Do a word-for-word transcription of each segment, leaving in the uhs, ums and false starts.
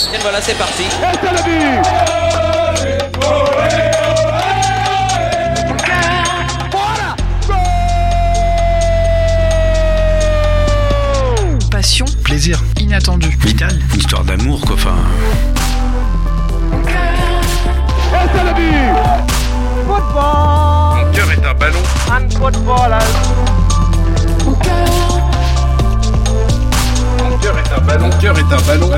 Et voilà, c'est parti. Et c'est le but. Passion, plaisir, inattendu, vital, une histoire d'amour quoi, enfin. Et c'est le but. Football. Mon cœur est un ballon. And footballers. Mon cœur est un ballon. Mon cœur est un ballon.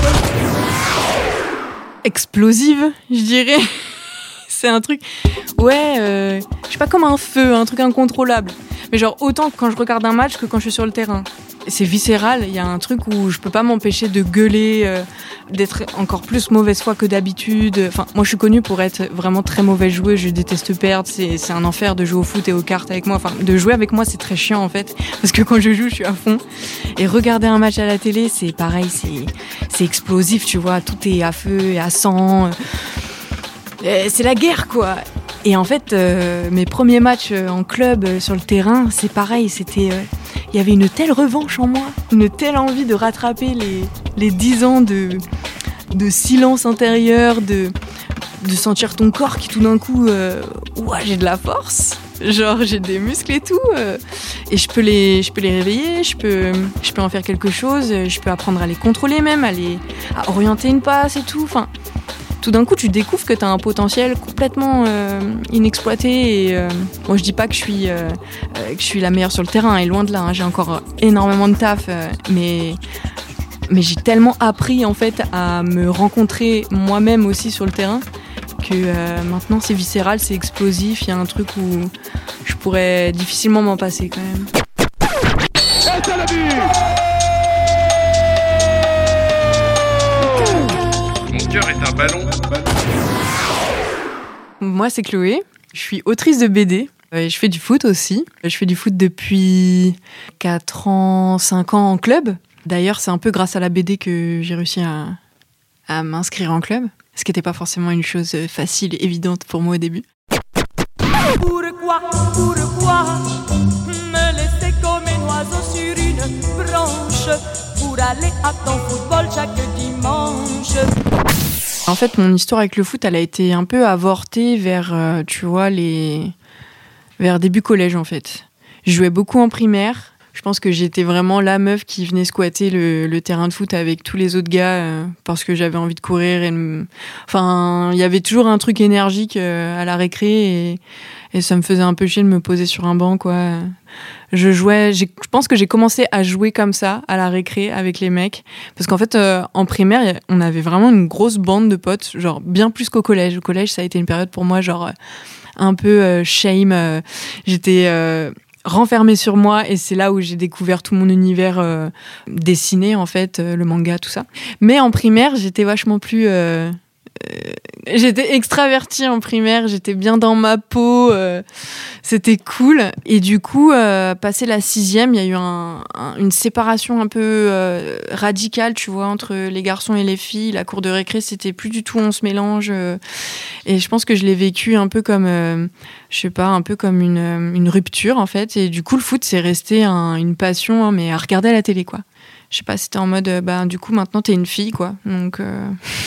explosive, je dirais. C'est un truc, ouais, euh, je sais pas, comme un feu, un truc incontrôlable. Mais genre autant quand je regarde un match que quand je suis sur le terrain. C'est viscéral, il y a un truc où je peux pas m'empêcher de gueuler, euh, d'être encore plus mauvaise foi que d'habitude. Enfin, moi je suis connue pour être vraiment très mauvaise joueuse, je déteste perdre, c'est, c'est un enfer de jouer au foot et aux cartes avec moi. Enfin, de jouer avec moi c'est très chiant en fait, parce que quand je joue je suis à fond. Et regarder un match à la télé c'est pareil, c'est, c'est explosif, tu vois, tout est à feu et à sang. Euh, c'est la guerre quoi. Et en fait, euh, mes premiers matchs en club euh, sur le terrain, c'est pareil, c'était... Euh, il y avait une telle revanche en moi, une telle envie de rattraper les, les dix ans de, de silence intérieur, de, de sentir ton corps qui tout d'un coup, euh, ouah, j'ai de la force, genre j'ai des muscles et tout, euh, et je peux les, je peux les réveiller, je peux, je peux en faire quelque chose, je peux apprendre à les contrôler même, à, les, à orienter une passe et tout, enfin... Tout d'un coup, tu découvres que tu as un potentiel complètement euh, inexploité. Et, euh, moi, je dis pas que je suis euh, euh, que je suis la meilleure sur le terrain, et loin de là. Hein, j'ai encore énormément de taf, euh, mais mais j'ai tellement appris en fait à me rencontrer moi-même aussi sur le terrain que euh, maintenant c'est viscéral, c'est explosif. Il y a un truc où je pourrais difficilement m'en passer quand même. Et c'est le but. Mon cœur est un ballon. Moi, c'est Chloé. Je suis autrice de B D. Et je fais du foot aussi. Je fais du foot depuis quatre ans, cinq ans en club. D'ailleurs, c'est un peu grâce à la B D que j'ai réussi à, à m'inscrire en club. Ce qui n'était pas forcément une chose facile et évidente pour moi au début. Pourquoi, pourquoi me laisser comme un oiseau sur une branche pour aller à ton football chaque dimanche? En fait, mon histoire avec le foot, elle a été un peu avortée vers, euh, tu vois, les... vers début collège, en fait. Je jouais beaucoup en primaire. Je pense que j'étais vraiment la meuf qui venait squatter le, le terrain de foot avec tous les autres gars euh, parce que j'avais envie de courir. Et de... Enfin, il y avait toujours un truc énergique euh, à la récré et, et ça me faisait un peu chier de me poser sur un banc, quoi. Je jouais, j'ai, je pense que j'ai commencé à jouer comme ça à la récré avec les mecs parce qu'en fait euh, en primaire on avait vraiment une grosse bande de potes, genre bien plus qu'au collège. Au collège ça a été une période pour moi genre un peu euh, shame, euh, j'étais euh, renfermée sur moi et c'est là où j'ai découvert tout mon univers euh, dessiné en fait, euh, le manga, tout ça. Mais en primaire j'étais vachement plus euh, Euh, j'étais extravertie en primaire, j'étais bien dans ma peau, euh, c'était cool. Et du coup, euh, passé la sixième, il y a eu un, un, une séparation un peu euh, radicale, tu vois, entre les garçons et les filles. La cour de récré, c'était plus du tout on se mélange. Euh, et je pense que je l'ai vécu un peu comme, euh, je sais pas, un peu comme une, une rupture en fait. Et du coup, le foot, c'est resté un, une passion, hein, mais à regarder à la télé, quoi. Je sais pas, c'était en mode, euh, bah, du coup, maintenant, t'es une fille, quoi. Donc... Euh...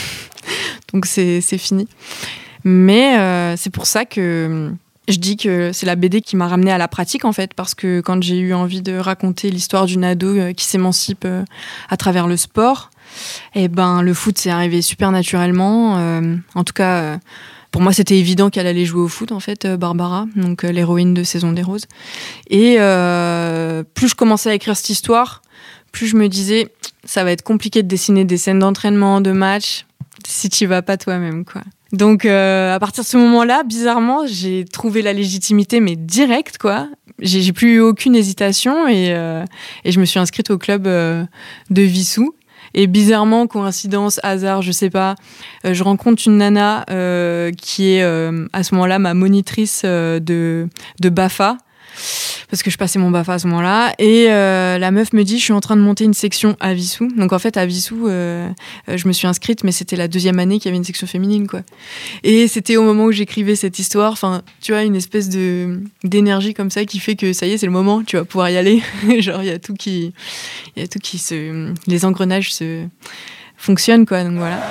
Donc c'est, c'est fini. Mais euh, c'est pour ça que je dis que c'est la B D qui m'a ramenée à la pratique en fait, parce que quand j'ai eu envie de raconter l'histoire d'une ado qui s'émancipe à travers le sport, et ben le foot c'est arrivé super naturellement. Euh, en tout cas, pour moi c'était évident qu'elle allait jouer au foot en fait, Barbara, donc l'héroïne de Saison des Roses. Et euh, plus je commençais à écrire cette histoire, plus je me disais ça va être compliqué de dessiner des scènes d'entraînement, de match, si tu vas pas toi-même, quoi. Donc, euh, à partir de ce moment-là, bizarrement, j'ai trouvé la légitimité, mais direct, quoi. J'ai, j'ai plus eu aucune hésitation et, euh, et je me suis inscrite au club euh, de Vissou. Et bizarrement, coïncidence, hasard, je sais pas, euh, je rencontre une nana euh, qui est euh, à ce moment-là ma monitrice euh, de, de BAFA. Parce que je passais mon BAFA à ce moment-là. Et euh, la meuf me dit, je suis en train de monter une section à Vissou. Donc en fait, à Vissou, euh, je me suis inscrite, mais c'était la deuxième année qu'il y avait une section féminine, quoi. Et c'était au moment où j'écrivais cette histoire, enfin, tu vois, une espèce de, d'énergie comme ça qui fait que ça y est, c'est le moment, tu vas pouvoir y aller. Genre, il y a tout qui... Il y a tout qui se... Les engrenages se... fonctionne, quoi. Donc voilà.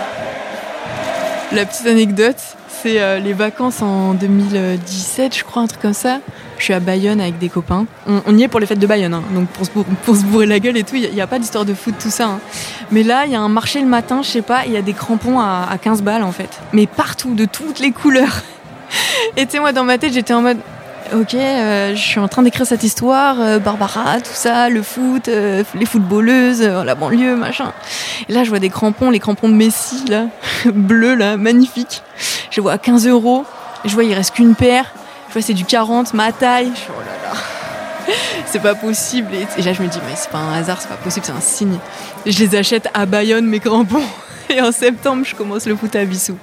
La petite anecdote, c'est euh, les vacances en deux mille dix-sept, je crois, un truc comme ça. Je suis à Bayonne avec des copains. On, on y est pour les fêtes de Bayonne, hein. Donc pour se, pour se bourrer la gueule et tout, il n'y a, a pas d'histoire de foot, tout ça. Hein. Mais là, il y a un marché le matin, je sais pas, il y a des crampons à, à quinze balles en fait. Mais partout, de toutes les couleurs. Et tu sais, moi dans ma tête, j'étais en mode, ok, euh, je suis en train d'écrire cette histoire, euh, Barbara, tout ça, le foot, euh, les footballeuses, euh, la banlieue, machin. Et là, je vois des crampons, les crampons de Messi, là, bleus, là, magnifiques. Je les vois à quinze euros. Je vois, il reste qu'une paire. Je vois, c'est du quarante, ma taille. Je suis, oh là là, c'est pas possible. Et là, je me dis, mais c'est pas un hasard, c'est pas possible, c'est un signe. Et je les achète à Bayonne, mes crampons. Et en septembre, je commence le foot à Vissou.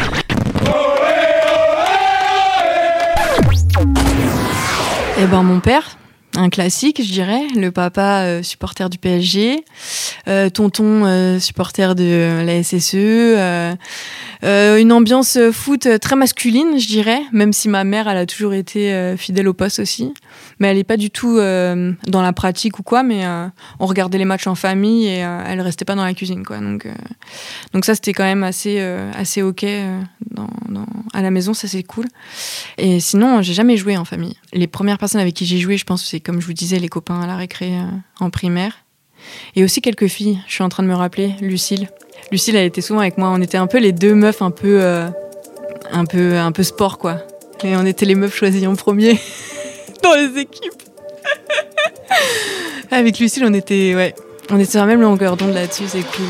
Et ben mon père, un classique, je dirais, le papa euh, supporter du P S G, euh, tonton euh, supporter de la S S E, euh, euh, une ambiance foot très masculine, je dirais, même si ma mère, elle a toujours été euh, fidèle au poste aussi, mais elle est pas du tout euh, dans la pratique ou quoi, mais euh, on regardait les matchs en famille et euh, elle restait pas dans la cuisine, quoi. Donc, euh, donc ça, c'était quand même assez, euh, assez ok euh, dans, dans, à la maison, ça c'est cool. Et sinon, j'ai jamais joué en famille. Les premières personnes avec qui j'ai joué, je pense, c'est comme je vous disais, les copains à la récré euh, en primaire. Et aussi quelques filles, je suis en train de me rappeler, Lucille. Lucille, elle était souvent avec moi. On était un peu les deux meufs un peu, euh, un peu, un peu sport, quoi. Et on était les meufs choisies en premier dans les équipes. Avec Lucille, on était, ouais, on était sur la même longueur d'onde là-dessus, c'est cool.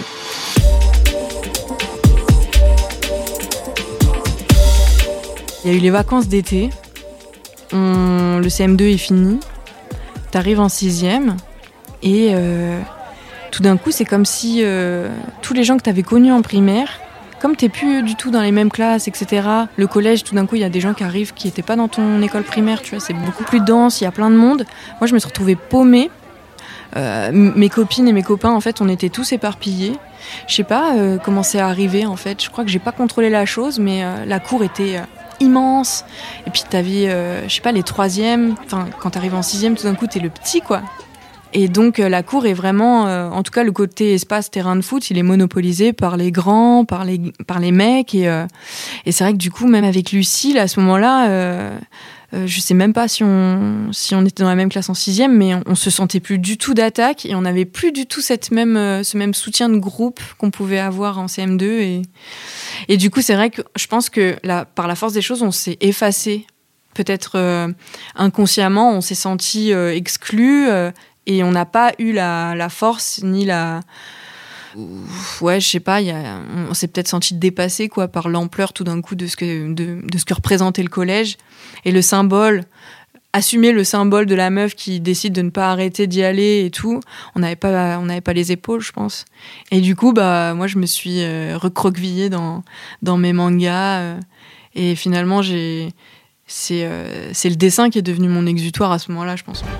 Il y a eu les vacances d'été. On, le C M deux est fini. T'arrives en sixième et euh, tout d'un coup, c'est comme si euh, tous les gens que t'avais connus en primaire, comme t'es plus du tout dans les mêmes classes, et cetera. Le collège, tout d'un coup, il y a des gens qui arrivent qui étaient pas dans ton école primaire, tu vois, c'est beaucoup plus dense, il y a plein de monde. Moi, je me suis retrouvée paumée. Euh, mes copines et mes copains, en fait, on était tous éparpillés. Je sais pas euh, comment c'est arrivé, en fait. Je crois que j'ai pas contrôlé la chose, mais euh, la cour était euh, immense. Et puis t'avais, euh, je sais pas, les troisièmes. Enfin, quand t'arrives en sixième, tout d'un coup, t'es le petit, quoi. Et donc euh, la cour est vraiment, euh, en tout cas le côté espace terrain de foot, il est monopolisé par les grands, par les par les mecs. Et euh, et c'est vrai que du coup, même avec Lucille, à ce moment-là, euh, euh, je sais même pas si on si on était dans la même classe en sixième, mais on, on se sentait plus du tout d'attaque et on n'avait plus du tout cette même euh, ce même soutien de groupe qu'on pouvait avoir en C M deux. Et et du coup, c'est vrai que je pense que là, par la force des choses, on s'est effacé. Peut-être euh, inconsciemment, on s'est senti euh, exclu. Euh, Et on n'a pas eu la, la force, ni la... Ouais, je sais pas, y a, on s'est peut-être senti dépassé, quoi, par l'ampleur tout d'un coup de ce que, de, de ce que représentait le collège. Et le symbole, assumer le symbole de la meuf qui décide de ne pas arrêter d'y aller et tout, on n'avait pas, on n'avait pas les épaules, je pense. Et du coup, bah, moi, je me suis euh, recroquevillée dans, dans mes mangas. Euh, et finalement, j'ai... C'est, euh, c'est le dessin qui est devenu mon exutoire à ce moment-là, je pense.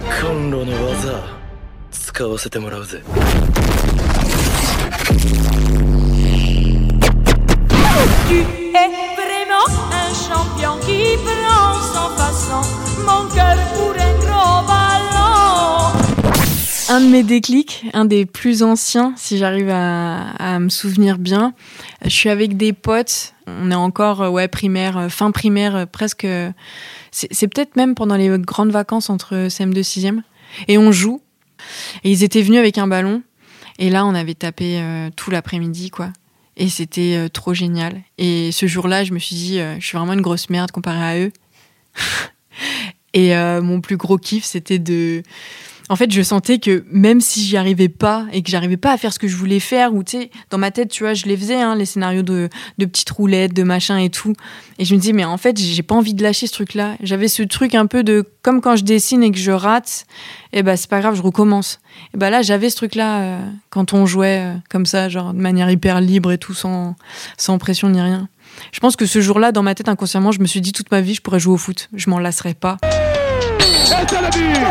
Tu es vraiment un champion qui prend sans façon mon cœur pour un gros ballon. Un de mes déclics, un des plus anciens, si j'arrive à, à me souvenir bien, je suis avec des potes. On est encore ouais, primaire, fin primaire, presque. C'est, c'est peut-être même pendant les grandes vacances entre C M deux et sixième. Et on joue. Et ils étaient venus avec un ballon. Et là, on avait tapé euh, tout l'après-midi, quoi. Et c'était euh, trop génial. Et ce jour-là, je me suis dit, euh, je suis vraiment une grosse merde comparée à eux. Et euh, mon plus gros kiff, c'était de... En fait, je sentais que même si j'y arrivais pas et que j'arrivais pas à faire ce que je voulais faire, ou tu sais, dans ma tête, tu vois, je les faisais, hein, les scénarios de, de petites roulettes, de machin et tout. Et je me disais, mais en fait, j'ai pas envie de lâcher ce truc-là. J'avais ce truc un peu de, comme quand je dessine et que je rate, et ben, c'est pas grave, je recommence. Et ben là, j'avais ce truc-là euh, quand on jouait euh, comme ça, genre de manière hyper libre et tout, sans, sans pression ni rien. Je pense que ce jour-là, dans ma tête, inconsciemment, je me suis dit toute ma vie, je pourrais jouer au foot. Je m'en lasserais pas. Et c'est le but.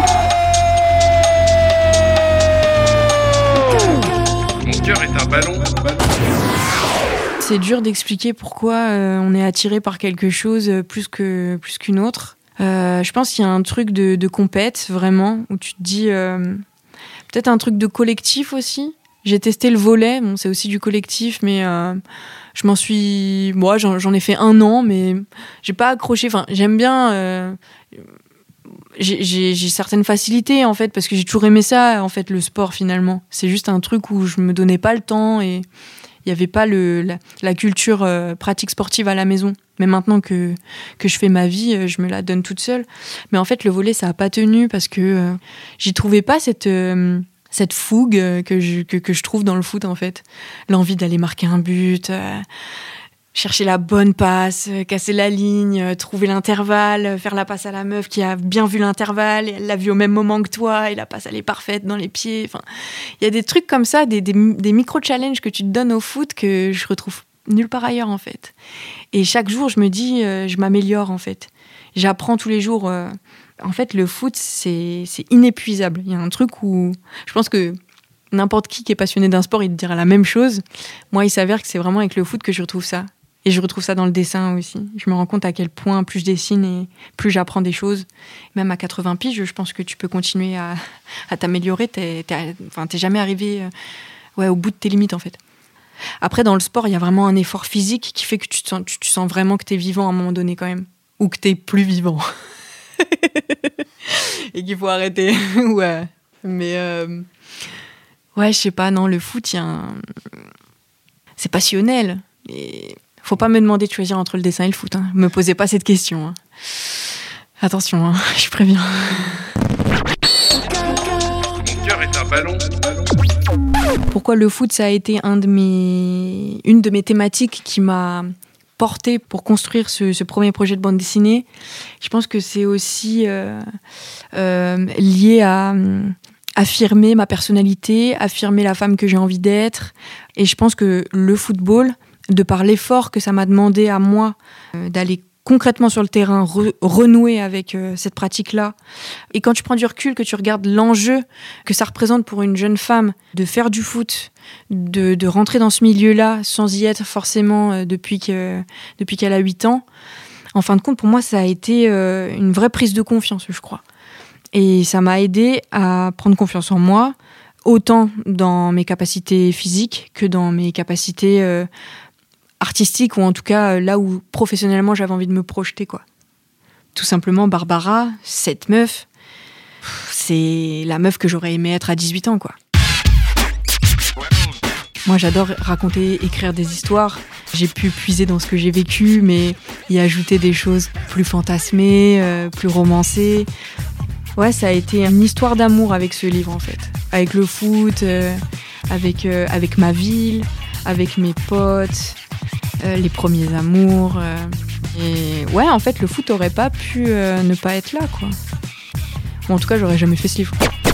Mon cœur est un ballon. C'est dur d'expliquer pourquoi euh, on est attiré par quelque chose plus que plus qu'une autre. Euh, je pense qu'il y a un truc de, de compète, vraiment, où tu te dis... Euh, peut-être un truc de collectif aussi. J'ai testé le volley, bon, c'est aussi du collectif, mais euh, je m'en suis... Moi, j'en, j'en ai fait un an, mais j'ai pas accroché. Enfin, j'aime bien... Euh, j'ai, j'ai, j'ai certaines facilités, en fait, parce que j'ai toujours aimé ça, en fait, le sport, finalement. C'est juste un truc où je me donnais pas le temps et il y avait pas le, la, la culture euh, pratique sportive à la maison. Mais maintenant que, que je fais ma vie, je me la donne toute seule. Mais en fait, le volley, ça a pas tenu parce que euh, j'y trouvais pas cette... Euh, cette fougue que je, que, que je trouve dans le foot, en fait. L'envie d'aller marquer un but, euh, chercher la bonne passe, euh, casser la ligne, euh, trouver l'intervalle, euh, faire la passe à la meuf qui a bien vu l'intervalle, et elle l'a vu au même moment que toi, et la passe, elle est parfaite dans les pieds. Enfin, il y a des trucs comme ça, des, des, des micro-challenges que tu te donnes au foot que je retrouve nulle part ailleurs, en fait. Et chaque jour, je me dis, euh, je m'améliore, en fait. J'apprends tous les jours... Euh, En fait, le foot, c'est, c'est inépuisable. Il y a un truc où... Je pense que n'importe qui qui est passionné d'un sport, il te dira la même chose. Moi, il s'avère que c'est vraiment avec le foot que je retrouve ça. Et je retrouve ça dans le dessin aussi. Je me rends compte à quel point plus je dessine et plus j'apprends des choses. Même à quatre-vingts piges, je pense que tu peux continuer à, à t'améliorer. T'es, t'es, enfin, t'es jamais arrivé euh, ouais, au bout de tes limites, en fait. Après, dans le sport, il y a vraiment un effort physique qui fait que tu, te sens, tu, tu sens vraiment que t'es vivant à un moment donné, quand même. Ou que t'es plus vivant. Et qu'il faut arrêter. Ouais. Mais euh... ouais, je sais pas, non, le foot, il y a un... c'est passionnel. Et faut pas me demander de choisir entre le dessin et le foot. Hein. Me posez pas cette question. Hein. Attention, hein, je préviens. Mon cœur est un ballon. Pourquoi le foot, ça a été un de mes... une de mes thématiques qui m'a porté pour construire ce, ce premier projet de bande dessinée. Je pense que c'est aussi euh, euh, lié à euh, affirmer ma personnalité, affirmer la femme que j'ai envie d'être. Et je pense que le football, de par l'effort que ça m'a demandé à moi euh, d'aller concrètement sur le terrain, re- renouer avec euh, cette pratique-là. Et quand tu prends du recul, que tu regardes l'enjeu que ça représente pour une jeune femme de faire du foot, de, de rentrer dans ce milieu-là sans y être forcément euh, depuis, que, depuis qu'elle a huit ans, en fin de compte, pour moi, ça a été euh, une vraie prise de confiance, je crois. Et ça m'a aidé à prendre confiance en moi, autant dans mes capacités physiques que dans mes capacités euh, artistique, ou en tout cas là où professionnellement j'avais envie de me projeter, quoi. Tout simplement, Barbara, cette meuf, c'est la meuf que j'aurais aimé être à dix-huit ans, quoi. Moi, j'adore raconter, écrire des histoires. J'ai pu puiser dans ce que j'ai vécu, mais y ajouter des choses plus fantasmées, euh, plus romancées. Ouais, ça a été une histoire d'amour avec ce livre, en fait. Avec le foot, euh, avec, euh, avec ma ville, avec mes potes, euh, les premiers amours. Euh, et ouais, en fait, le foot aurait pas pu euh, ne pas être là, quoi. Bon, en tout cas, j'aurais jamais fait ce livre.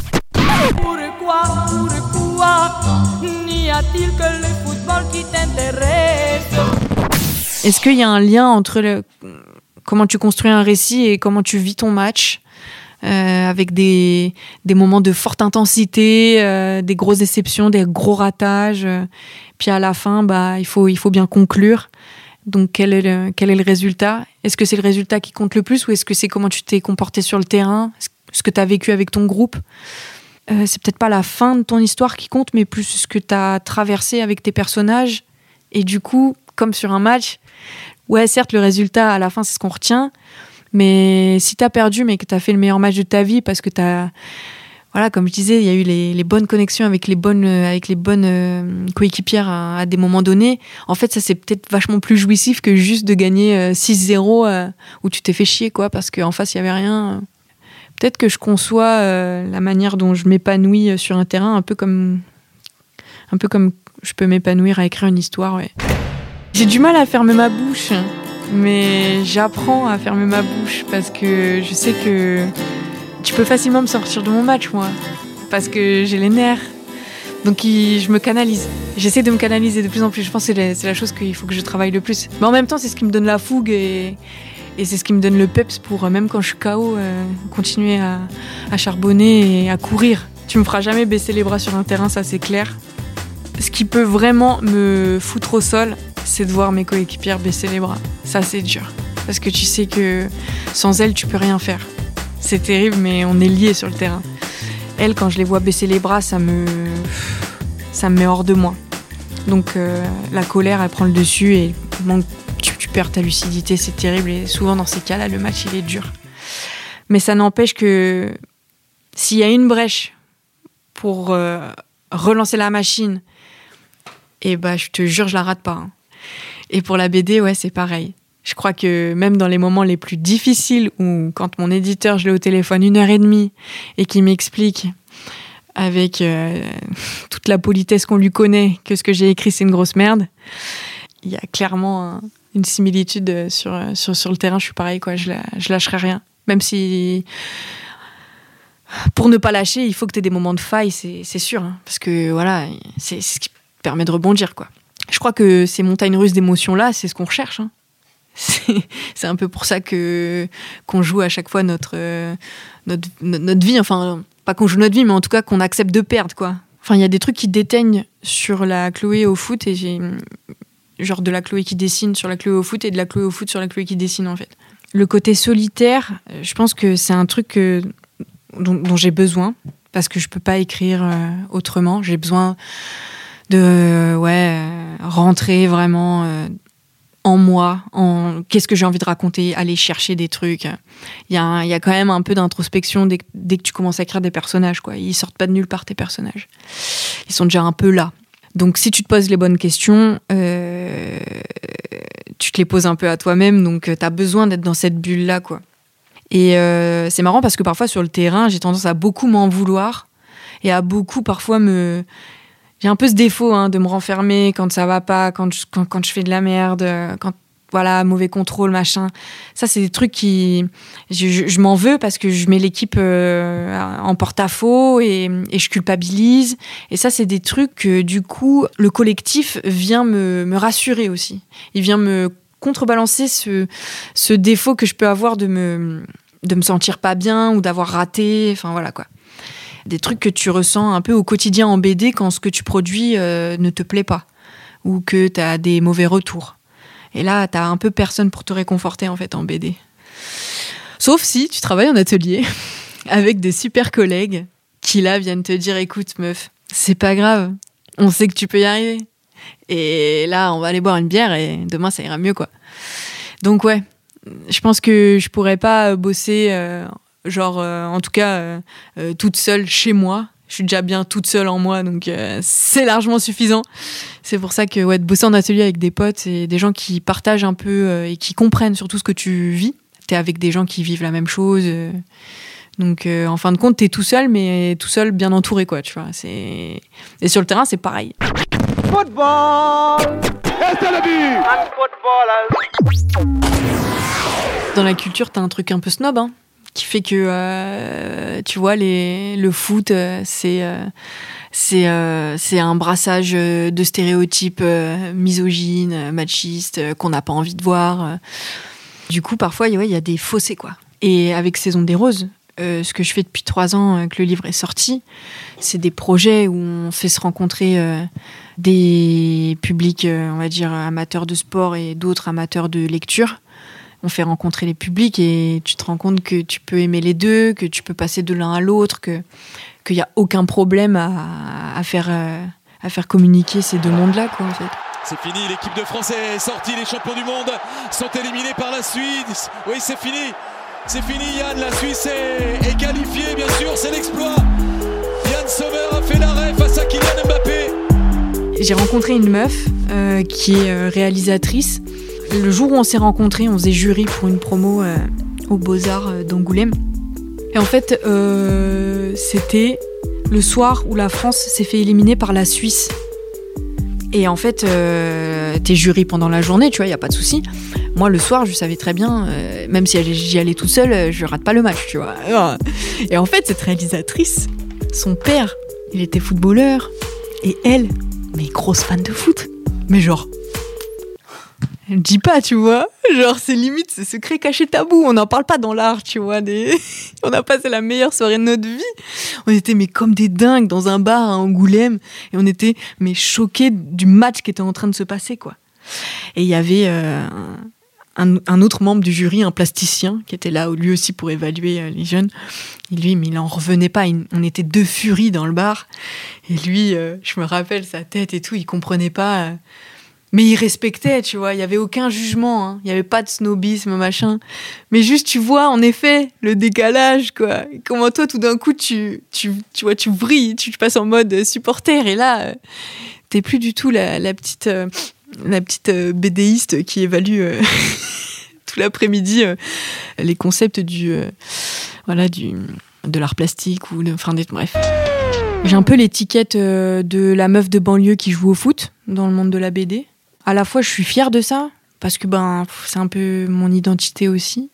Pourquoi, pourquoi n'y a-t-il que le football qui t'intéresse? Est-ce qu'il y a un lien entre le... comment tu construis un récit et comment tu vis ton match, euh, avec des, des moments de forte intensité, euh, des grosses déceptions, des gros ratages, euh, puis à la fin, bah, il faut, il faut bien conclure. Donc quel est le, quel est le résultat? Est-ce que c'est le résultat qui compte le plus, ou est-ce que c'est comment tu t'es comporté sur le terrain, ce que tu as vécu avec ton groupe? Euh, c'est peut-être pas la fin de ton histoire qui compte, mais plus ce que tu as traversé avec tes personnages. Et du coup, comme sur un match, ouais, certes, le résultat à la fin, c'est ce qu'on retient, mais si tu as perdu, mais que tu as fait le meilleur match de ta vie parce que tu as... Voilà, comme je disais, il y a eu les, les bonnes connexions avec les bonnes, avec les bonnes euh, coéquipières à, à des moments donnés. En fait, ça, c'est peut-être vachement plus jouissif que juste de gagner euh, six zéro euh, où tu t'es fait chier, quoi, parce qu'en face, il n'y avait rien. Peut-être que je conçois euh, la manière dont je m'épanouis sur un terrain un peu comme, un peu comme je peux m'épanouir à écrire une histoire, ouais. J'ai du mal à fermer ma bouche, mais j'apprends à fermer ma bouche parce que je sais que tu peux facilement me sortir de mon match, moi, parce que j'ai les nerfs. Donc je me canalise. J'essaie de me canaliser de plus en plus. Je pense que c'est la, c'est la chose qu'il faut que je travaille le plus. Mais en même temps, c'est ce qui me donne la fougue et, et c'est ce qui me donne le peps pour, même quand je suis K O, euh, continuer à, à charbonner et à courir. Tu me feras jamais baisser les bras sur un terrain, ça c'est clair. Ce qui peut vraiment me foutre au sol, c'est de voir mes coéquipières baisser les bras. Ça, c'est dur. Parce que tu sais que sans elles, tu peux rien faire. C'est terrible, mais on est liés sur le terrain. Elles, quand je les vois baisser les bras, ça me... ça me met hors de moi. Donc euh, la colère, elle prend le dessus et bon, tu, tu perds ta lucidité, c'est terrible. Et souvent dans ces cas-là, le match, il est dur. Mais ça n'empêche que s'il y a une brèche pour euh, relancer la machine, et bah, je te jure, je la rate pas. Hein. Et pour la B D, ouais, c'est pareil. Je crois que même dans les moments les plus difficiles, où quand mon éditeur, je l'ai au téléphone une heure et demie et qu'il m'explique avec euh, toute la politesse qu'on lui connaît que ce que j'ai écrit, c'est une grosse merde, il y a clairement un, une similitude sur, sur, sur le terrain. Je suis pareil, quoi. Je, la, je lâcherai rien. Même si... Pour ne pas lâcher, il faut que tu aies des moments de faille, c'est, c'est sûr. Hein, parce que voilà, c'est, c'est ce qui permet de rebondir, quoi. Je crois que ces montagnes russes d'émotions-là, c'est ce qu'on recherche. Hein. C'est, c'est un peu pour ça que, qu'on joue à chaque fois notre, euh, notre, notre vie. Enfin, pas qu'on joue notre vie, mais en tout cas qu'on accepte de perdre, quoi. Enfin, il y a des trucs qui déteignent sur la Chloé au foot, et j'ai, genre de la Chloé qui dessine sur la Chloé au foot et de la Chloé au foot sur la Chloé qui dessine, en fait. Le côté solitaire, je pense que c'est un truc que, dont, dont j'ai besoin, parce que je peux pas écrire euh, autrement. J'ai besoin de euh, ouais, rentrer vraiment euh, en moi, en qu'est-ce que j'ai envie de raconter, aller chercher des trucs. Il y a, il y a quand même un peu d'introspection dès, dès que tu commences à écrire des personnages, quoi. Ils sortent pas de nulle part, tes personnages. Ils sont déjà un peu là. Donc si tu te poses les bonnes questions, euh, tu te les poses un peu à toi-même, donc tu as besoin d'être dans cette bulle-là, quoi. Et euh, c'est marrant parce que parfois sur le terrain, j'ai tendance à beaucoup m'en vouloir et à beaucoup parfois me... J'ai un peu ce défaut hein, de me renfermer quand ça va pas, quand je, quand, quand je fais de la merde, quand voilà, mauvais contrôle, machin. Ça, c'est des trucs qui... Je, je, je m'en veux parce que je mets l'équipe euh, en porte-à-faux et, et je culpabilise. Et ça, c'est des trucs que, du coup, le collectif vient me, me rassurer aussi. Il vient me contrebalancer ce, ce défaut que je peux avoir de me, de me sentir pas bien ou d'avoir raté. Enfin, voilà, quoi. Des trucs que tu ressens un peu au quotidien en B D quand ce que tu produis euh, ne te plaît pas ou que tu as des mauvais retours. Et là, tu as un peu personne pour te réconforter en fait en B D. Sauf si tu travailles en atelier avec des super collègues qui là viennent te dire « Écoute meuf, c'est pas grave, on sait que tu peux y arriver. Et là, on va aller boire une bière et demain, ça ira mieux, quoi. » Donc ouais, je pense que je pourrais pas bosser... Euh, genre euh, en tout cas euh, euh, toute seule chez moi. Je suis déjà bien toute seule en moi, donc euh, c'est largement suffisant. C'est pour ça que ouais, de bosser en atelier avec des potes et des gens qui partagent un peu euh, et qui comprennent surtout ce que tu vis. T'es avec des gens qui vivent la même chose, euh, donc euh, en fin de compte t'es tout seul, mais tout seul bien entouré, quoi, tu vois. C'est... Et sur le terrain c'est pareil. Football. Et c'est le but. Dans la culture t'as un truc un peu snob, hein, qui fait que, euh, tu vois, les, le foot, euh, c'est, euh, c'est, euh, c'est un brassage de stéréotypes euh, misogynes, machistes, euh, qu'on n'a pas envie de voir. Du coup, parfois, il ouais, y a des fossés, quoi. Et avec Saison des Roses, euh, ce que je fais depuis trois ans euh, que le livre est sorti, c'est des projets où on fait se rencontrer euh, des publics, euh, on va dire, amateurs de sport et d'autres amateurs de lecture. On fait rencontrer les publics et tu te rends compte que tu peux aimer les deux, que tu peux passer de l'un à l'autre, que, qu'il n'y a aucun problème à, à, faire, à faire communiquer ces deux mondes-là, quoi, en fait. C'est fini, l'équipe de France est sortie, les champions du monde sont éliminés par la Suisse. Oui, c'est fini, c'est fini Yann, la Suisse est, est qualifiée, bien sûr, c'est l'exploit. Yann Sommer a fait l'arrêt face à Kylian Mbappé. J'ai rencontré une meuf euh, qui est réalisatrice. Le jour où on s'est rencontrés, on faisait jury pour une promo euh, aux Beaux-Arts euh, d'Angoulême. Et en fait, euh, c'était le soir où la France s'est fait éliminer par la Suisse. Et en fait, euh, t'es jury pendant la journée, tu vois, y a pas de souci. Moi, le soir, je savais très bien, euh, même si j'y allais toute seule, je rate pas le match, tu vois. Et en fait, cette réalisatrice, son père, il était footballeur. Et elle, mais grosse fan de foot. Mais genre... Elle dit pas, tu vois. Genre, c'est limite, c'est secret caché tabou. On n'en parle pas dans l'art, tu vois. Des... On a passé la meilleure soirée de notre vie. On était, mais comme des dingues, dans un bar à Angoulême. Et on était, mais choqués du match qui était en train de se passer, quoi. Et il y avait euh, un, un autre membre du jury, un plasticien, qui était là lui aussi pour évaluer euh, les jeunes. Et lui, mais il en revenait pas. Il, on était deux furies dans le bar. Et lui, euh, je me rappelle sa tête et tout, il comprenait pas. Euh, mais il respectait, tu vois. Il y avait aucun jugement. Hein. Il y avait pas de snobisme, machin. Mais juste, tu vois, en effet, le décalage, quoi. Comment toi, tout d'un coup, tu, tu, tu vois, tu brilles, tu, tu passes en mode supporter. Et là, euh, t'es plus du tout la, la petite, euh, la petite euh, bédéiste qui évalue euh, tout l'après-midi euh, les concepts du, euh, voilà, du, de l'art plastique ou de, enfin, des, bref. J'ai un peu l'étiquette euh, de la meuf de banlieue qui joue au foot dans le monde de la B D. À la fois, je suis fière de ça, parce que ben, c'est un peu mon identité aussi.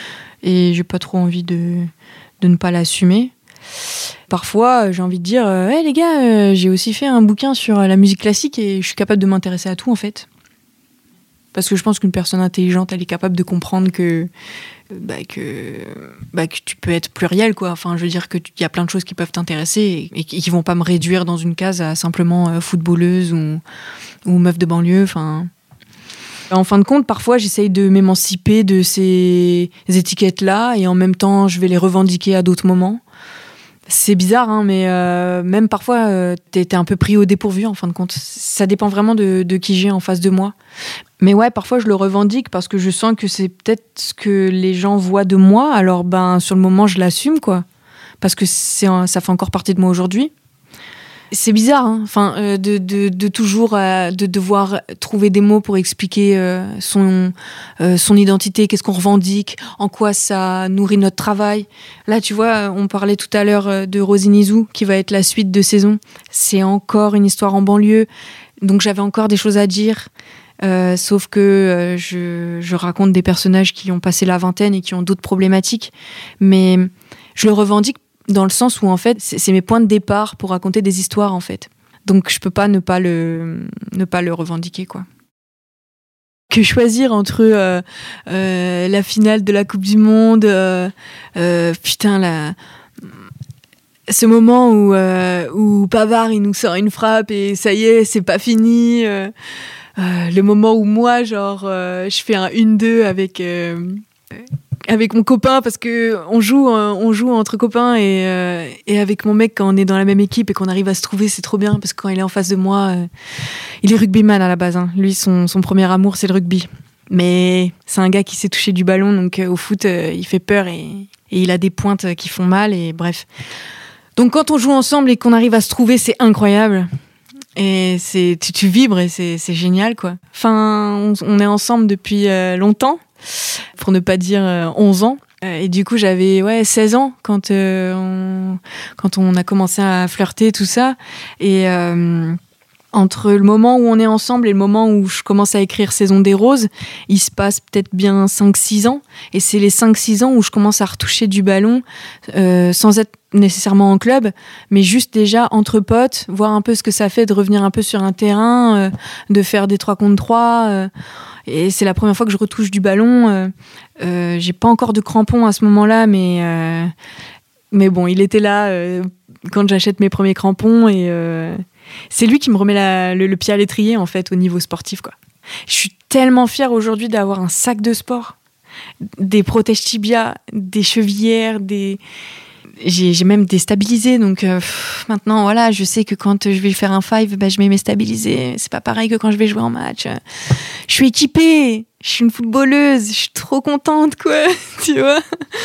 Et j'ai pas trop envie de, de ne pas l'assumer. Parfois, j'ai envie de dire euh, hey, les gars, euh, j'ai aussi fait un bouquin sur la musique classique et je suis capable de m'intéresser à tout, en fait. Parce que je pense qu'une personne intelligente, elle est capable de comprendre que, bah, que, bah, que tu peux être pluriel, quoi. Enfin, je veux dire qu'il y a plein de choses qui peuvent t'intéresser et, et qui vont pas me réduire dans une case à simplement euh, footballeuse ou, ou meuf de banlieue. Enfin, en fin de compte, parfois, j'essaye de m'émanciper de ces étiquettes-là et en même temps, je vais les revendiquer à d'autres moments. C'est bizarre, hein, mais euh, même parfois, euh, t'es, t'es un peu pris au dépourvu, en fin de compte. Ça dépend vraiment de, de qui j'ai en face de moi. Mais ouais, parfois, je le revendique parce que je sens que c'est peut-être ce que les gens voient de moi. Alors, ben, sur le moment, je l'assume, quoi. Parce que c'est, ça fait encore partie de moi aujourd'hui. C'est bizarre, hein, enfin, euh, de, de, de toujours euh, de devoir trouver des mots pour expliquer euh, son, euh, son identité, qu'est-ce qu'on revendique, en quoi ça nourrit notre travail. Là, tu vois, on parlait tout à l'heure de Rosinizou, qui va être la suite de saison. C'est encore une histoire en banlieue, donc j'avais encore des choses à dire. Euh, sauf que euh, je, je raconte des personnages qui ont passé la vingtaine et qui ont d'autres problématiques. Mais je le revendique dans le sens où, en fait, c'est, c'est mes points de départ pour raconter des histoires, en fait. Donc, je peux pas ne pas le, ne pas le revendiquer, quoi. Que choisir entre euh, euh, la finale de la Coupe du Monde, euh, euh, putain, la... ce moment où, euh, où Pavard, il nous sort une frappe et ça y est, c'est pas fini. Euh, euh, le moment où moi, genre, euh, je fais un un deux avec... Euh, avec mon copain, parce que on joue, on joue entre copains et, euh, et avec mon mec, quand on est dans la même équipe et qu'on arrive à se trouver, c'est trop bien, parce que quand il est en face de moi, euh, il est rugbyman à la base, hein. Lui, son, son premier amour, c'est le rugby. Mais c'est un gars qui sait toucher du ballon, donc euh, au foot, euh, il fait peur et, et il a des pointes qui font mal, et bref. Donc quand on joue ensemble et qu'on arrive à se trouver, c'est incroyable. Et c'est, tu, tu vibres et c'est, c'est génial, quoi. Enfin, on, on est ensemble depuis euh, longtemps, pour ne pas dire euh, onze ans. Et du coup, j'avais ouais, seize ans quand, euh, on, quand on a commencé à flirter, tout ça. Et euh, entre le moment où on est ensemble et le moment où je commence à écrire Saison des Roses, il se passe peut-être bien cinq six ans. Et c'est les cinq six ans où je commence à retoucher du ballon, euh, sans être nécessairement en club, mais juste déjà entre potes, voir un peu ce que ça fait de revenir un peu sur un terrain, euh, de faire des trois contre trois. Euh, et c'est la première fois que je retouche du ballon. Euh, euh, j'ai pas encore de crampons à ce moment-là, mais, euh, mais bon, il était là euh, quand j'achète mes premiers crampons, et euh, c'est lui qui me remet la, le, le pied à l'étrier, en fait, au niveau sportif, quoi. Je suis tellement fière aujourd'hui d'avoir un sac de sport, des protèges tibia, des chevillères, des... J'ai, j'ai même des stabilisés, donc euh, pff, maintenant, voilà, je sais que quand je vais faire un five, bah, je mets mes stabilisés. C'est pas pareil que quand je vais jouer en match. Je suis équipée, je suis une footballeuse, je suis trop contente, quoi, tu vois.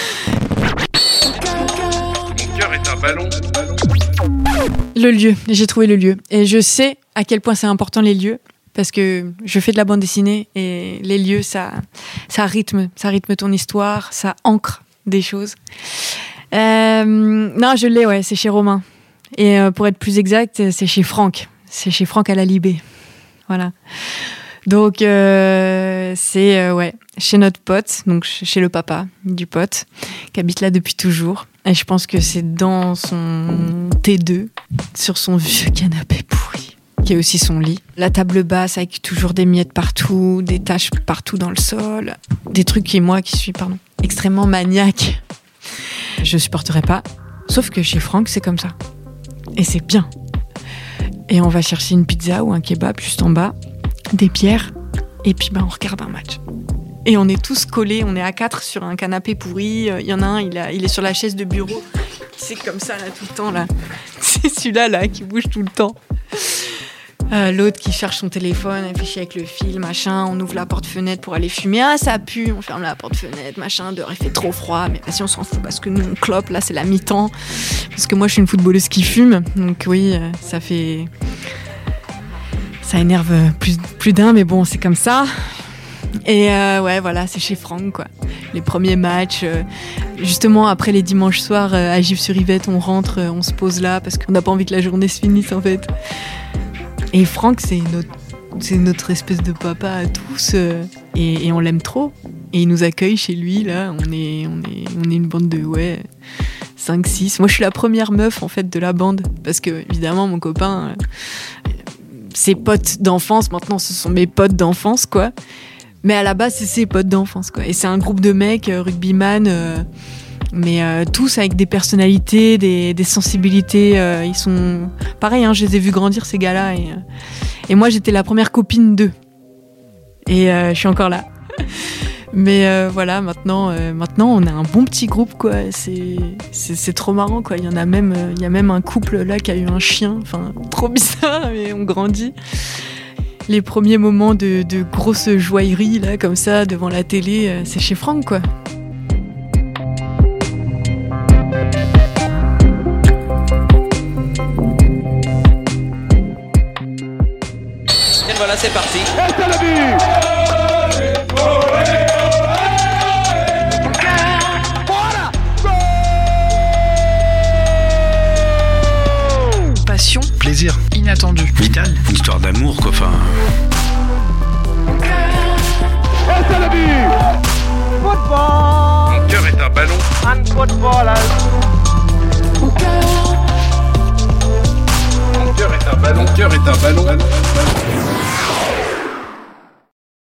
Mon cœur est un ballon. Le lieu, j'ai trouvé le lieu. Et je sais à quel point c'est important, les lieux, parce que je fais de la bande dessinée, et les lieux, ça, ça rythme, ça rythme ton histoire, ça ancre des choses. Euh, non, je l'ai, ouais, c'est chez Romain. Et euh, pour être plus exact, c'est chez Franck. C'est chez Franck à la Libé. Voilà. Donc, euh, c'est, euh, ouais, chez notre pote, donc chez le papa du pote, qui habite là depuis toujours. Et je pense que c'est dans son T deux, sur son vieux canapé pourri, qui est aussi son lit. La table basse avec toujours des miettes partout, des taches partout dans le sol, des trucs qui, moi, qui suis, pardon, extrêmement maniaque, je supporterais pas. Sauf que chez Franck, c'est comme ça. Et c'est bien. Et on va chercher une pizza ou un kebab juste en bas, des bières, et puis bah, on regarde un match. Et on est tous collés, on est à quatre sur un canapé pourri. Il y en a un, il, a, il est sur la chaise de bureau. C'est comme ça, là, tout le temps, là. C'est celui-là, là, qui bouge tout le temps. Euh, l'autre qui cherche son téléphone, affiché avec le fil, machin. On ouvre la porte-fenêtre pour aller fumer. Ah, ça pue. On ferme la porte-fenêtre, machin. Dehors, il fait trop froid. Mais vas-y, on s'en fout parce que nous, on clope. Là, c'est la mi-temps. Parce que moi, je suis une footballeuse qui fume. Donc oui, ça fait... Ça énerve plus, plus d'un, mais bon, c'est comme ça. Et euh, ouais, voilà, c'est chez Franck, quoi. Les premiers matchs, euh, justement après les dimanches soirs euh, à Gif-sur-Yvette, on rentre, euh, on se pose là parce qu'on n'a pas envie que la journée se finisse en fait. Et Franck, c'est notre, c'est notre espèce de papa à tous, euh, et, et on l'aime trop. Et il nous accueille chez lui, là. On est, on est, on est une bande de ouais, cinq six. Moi, je suis la première meuf en fait de la bande parce que évidemment mon copain, euh, ses potes d'enfance, maintenant ce sont mes potes d'enfance, quoi. Mais à la base, c'est ses potes d'enfance, quoi. Et c'est un groupe de mecs, euh, rugbyman, euh, mais euh, tous avec des personnalités, des, des sensibilités. Euh, ils sont pareil, hein, je les ai vus grandir, ces gars-là. Et, euh, et moi, j'étais la première copine d'eux. Et euh, je suis encore là. Mais euh, voilà, maintenant, euh, maintenant, on a un bon petit groupe, quoi. C'est, c'est, c'est trop marrant, quoi. Il y en a même, euh, il y a même un couple là qui a eu un chien. Enfin, trop bizarre, mais on grandit. Les premiers moments de, de grosse joaillerie, là, comme ça, devant la télé, euh, c'est chez Franck, quoi. Et voilà, c'est parti. Et c'est le but. Passion, plaisir, inattendu, vital, une histoire d'amour quoi, enfin...